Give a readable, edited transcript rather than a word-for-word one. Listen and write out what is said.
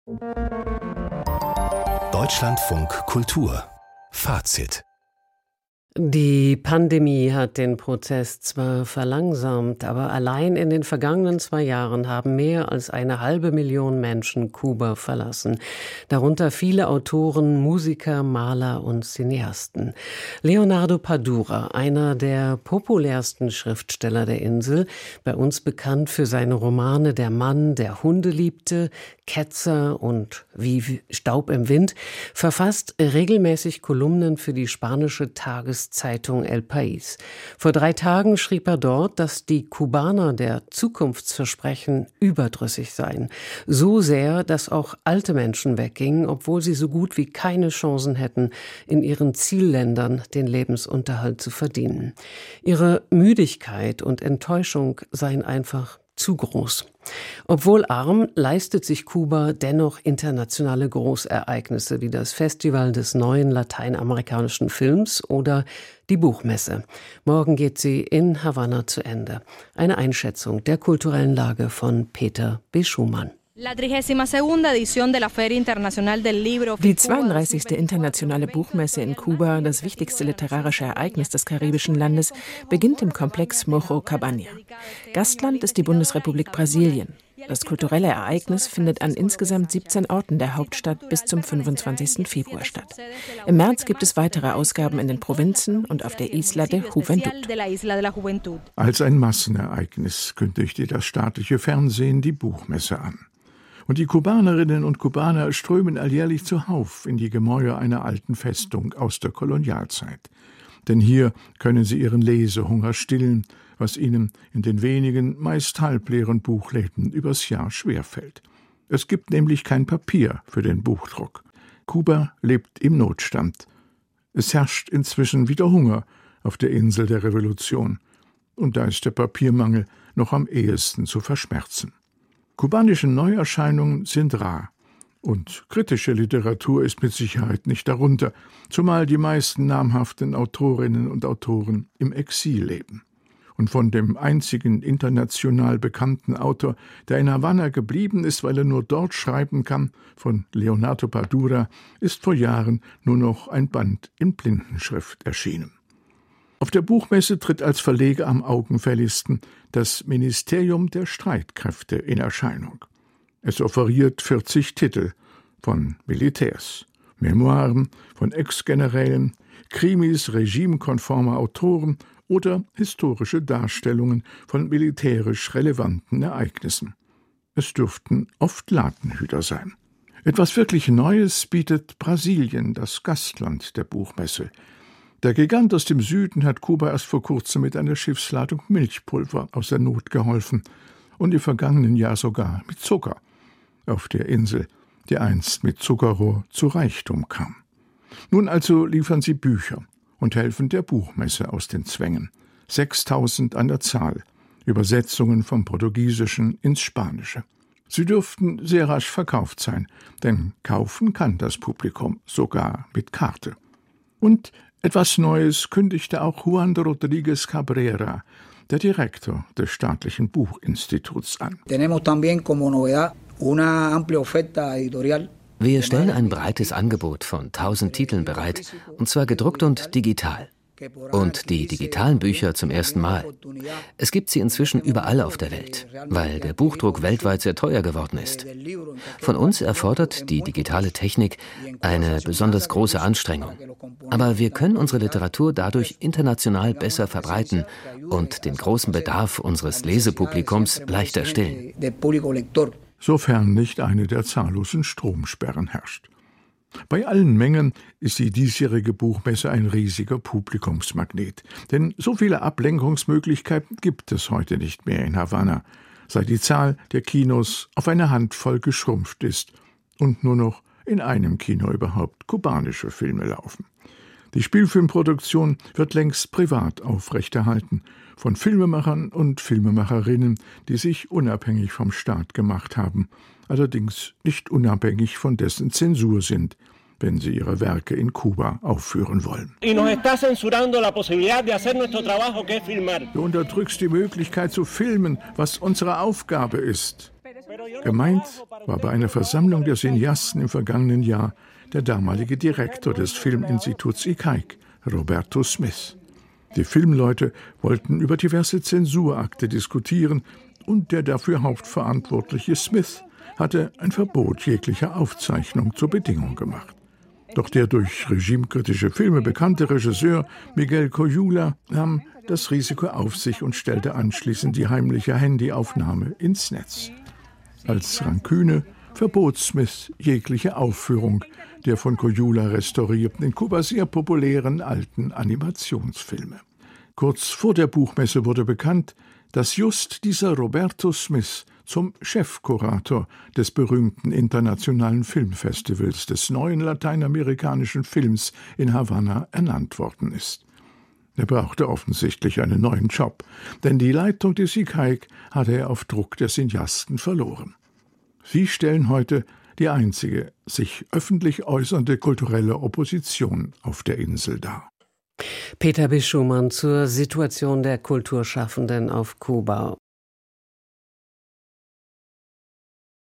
Deutschlandfunk Kultur Fazit. Die Pandemie hat den Prozess zwar verlangsamt, aber allein in den vergangenen 2 Jahren haben mehr als 500.000 Menschen Kuba verlassen. Darunter viele Autoren, Musiker, Maler und Cineasten. Leonardo Padura, einer der populärsten Schriftsteller der Insel, bei uns bekannt für seine Romane Der Mann, der Hunde liebte, Ketzer und Wie Staub im Wind, verfasst regelmäßig Kolumnen für die spanische Tageszeitung El País. Vor 3 Tagen schrieb er dort, dass die Kubaner der Zukunftsversprechen überdrüssig seien. So sehr, dass auch alte Menschen weggingen, obwohl sie so gut wie keine Chancen hätten, in ihren Zielländern den Lebensunterhalt zu verdienen. Ihre Müdigkeit und Enttäuschung seien einfach zu groß. Obwohl arm, leistet sich Kuba dennoch internationale Großereignisse wie das Festival des neuen lateinamerikanischen Films oder die Buchmesse. Morgen geht sie in Havanna zu Ende. Eine Einschätzung der kulturellen Lage von Peter B. Schumann. Die 32. Internationale Buchmesse in Kuba, das wichtigste literarische Ereignis des karibischen Landes, beginnt im Komplex Mojo Cabaña. Gastland ist die Bundesrepublik Brasilien. Das kulturelle Ereignis findet an insgesamt 17 Orten der Hauptstadt bis zum 25. Februar statt. Im März gibt es weitere Ausgaben in den Provinzen und auf der Isla de Juventud. Als ein Massenereignis kündigte das staatliche Fernsehen die Buchmesse an. Und die Kubanerinnen und Kubaner strömen alljährlich zuhauf in die Gemäuer einer alten Festung aus der Kolonialzeit. Denn hier können sie ihren Lesehunger stillen, was ihnen in den wenigen, meist halbleeren Buchläden übers Jahr schwerfällt. Es gibt nämlich kein Papier für den Buchdruck. Kuba lebt im Notstand. Es herrscht inzwischen wieder Hunger auf der Insel der Revolution. Und da ist der Papiermangel noch am ehesten zu verschmerzen. Kubanische Neuerscheinungen sind rar. Und kritische Literatur ist mit Sicherheit nicht darunter, zumal die meisten namhaften Autorinnen und Autoren im Exil leben. Und von dem einzigen international bekannten Autor, der in Havanna geblieben ist, weil er nur dort schreiben kann, von Leonardo Padura, ist vor Jahren nur noch ein Band in Blindenschrift erschienen. Auf der Buchmesse tritt als Verleger am augenfälligsten das Ministerium der Streitkräfte in Erscheinung. Es offeriert 40 Titel von Militärs, Memoiren von Ex-Generälen, Krimis regimekonformer Autoren oder historische Darstellungen von militärisch relevanten Ereignissen. Es dürften oft Ladenhüter sein. Etwas wirklich Neues bietet Brasilien, das Gastland der Buchmesse. Der Gigant aus dem Süden hat Kuba erst vor kurzem mit einer Schiffsladung Milchpulver aus der Not geholfen und im vergangenen Jahr sogar mit Zucker auf der Insel, die einst mit Zuckerrohr zu Reichtum kam. Nun also liefern sie Bücher und helfen der Buchmesse aus den Zwängen. 6.000 an der Zahl, Übersetzungen vom Portugiesischen ins Spanische. Sie dürften sehr rasch verkauft sein, denn kaufen kann das Publikum sogar mit Karte. Und etwas Neues kündigte auch Juan Rodríguez Cabrera, der Direktor des staatlichen Buchinstituts, an. Wir stellen ein breites Angebot von 1000 Titeln bereit, und zwar gedruckt und digital. Und die digitalen Bücher zum ersten Mal. Es gibt sie inzwischen überall auf der Welt, weil der Buchdruck weltweit sehr teuer geworden ist. Von uns erfordert die digitale Technik eine besonders große Anstrengung. Aber wir können unsere Literatur dadurch international besser verbreiten und den großen Bedarf unseres Lesepublikums leichter stillen. Sofern nicht eine der zahllosen Stromsperren herrscht. Bei allen Mengen ist die diesjährige Buchmesse ein riesiger Publikumsmagnet. Denn so viele Ablenkungsmöglichkeiten gibt es heute nicht mehr in Havanna, seit die Zahl der Kinos auf eine Handvoll geschrumpft ist und nur noch in einem Kino überhaupt kubanische Filme laufen. Die Spielfilmproduktion wird längst privat aufrechterhalten, von Filmemachern und Filmemacherinnen, die sich unabhängig vom Staat gemacht haben, allerdings nicht unabhängig von dessen Zensur sind, wenn sie ihre Werke in Kuba aufführen wollen. Du unterdrückst die Möglichkeit zu filmen, was unsere Aufgabe ist. Gemeint war bei einer Versammlung der Cineasten im vergangenen Jahr der damalige Direktor des Filminstituts ICAIC, Roberto Smith. Die Filmleute wollten über diverse Zensurakte diskutieren und der dafür hauptverantwortliche Smith hatte ein Verbot jeglicher Aufzeichnung zur Bedingung gemacht. Doch der durch regimekritische Filme bekannte Regisseur Miguel Coyula nahm das Risiko auf sich und stellte anschließend die heimliche Handyaufnahme ins Netz. Als Ranküne verbot Smith jegliche Aufführung der von Coyula restaurierten, in Kuba sehr populären alten Animationsfilme. Kurz vor der Buchmesse wurde bekannt, dass just dieser Roberto Smith zum Chefkurator des berühmten internationalen Filmfestivals des neuen lateinamerikanischen Films in Havanna ernannt worden ist. Er brauchte offensichtlich einen neuen Job, denn die Leitung des ICAIC hatte er auf Druck der Cineasten verloren. Sie stellen heute die einzige sich öffentlich äußernde kulturelle Opposition auf der Insel dar. Peter Bischumann zur Situation der Kulturschaffenden auf Kuba.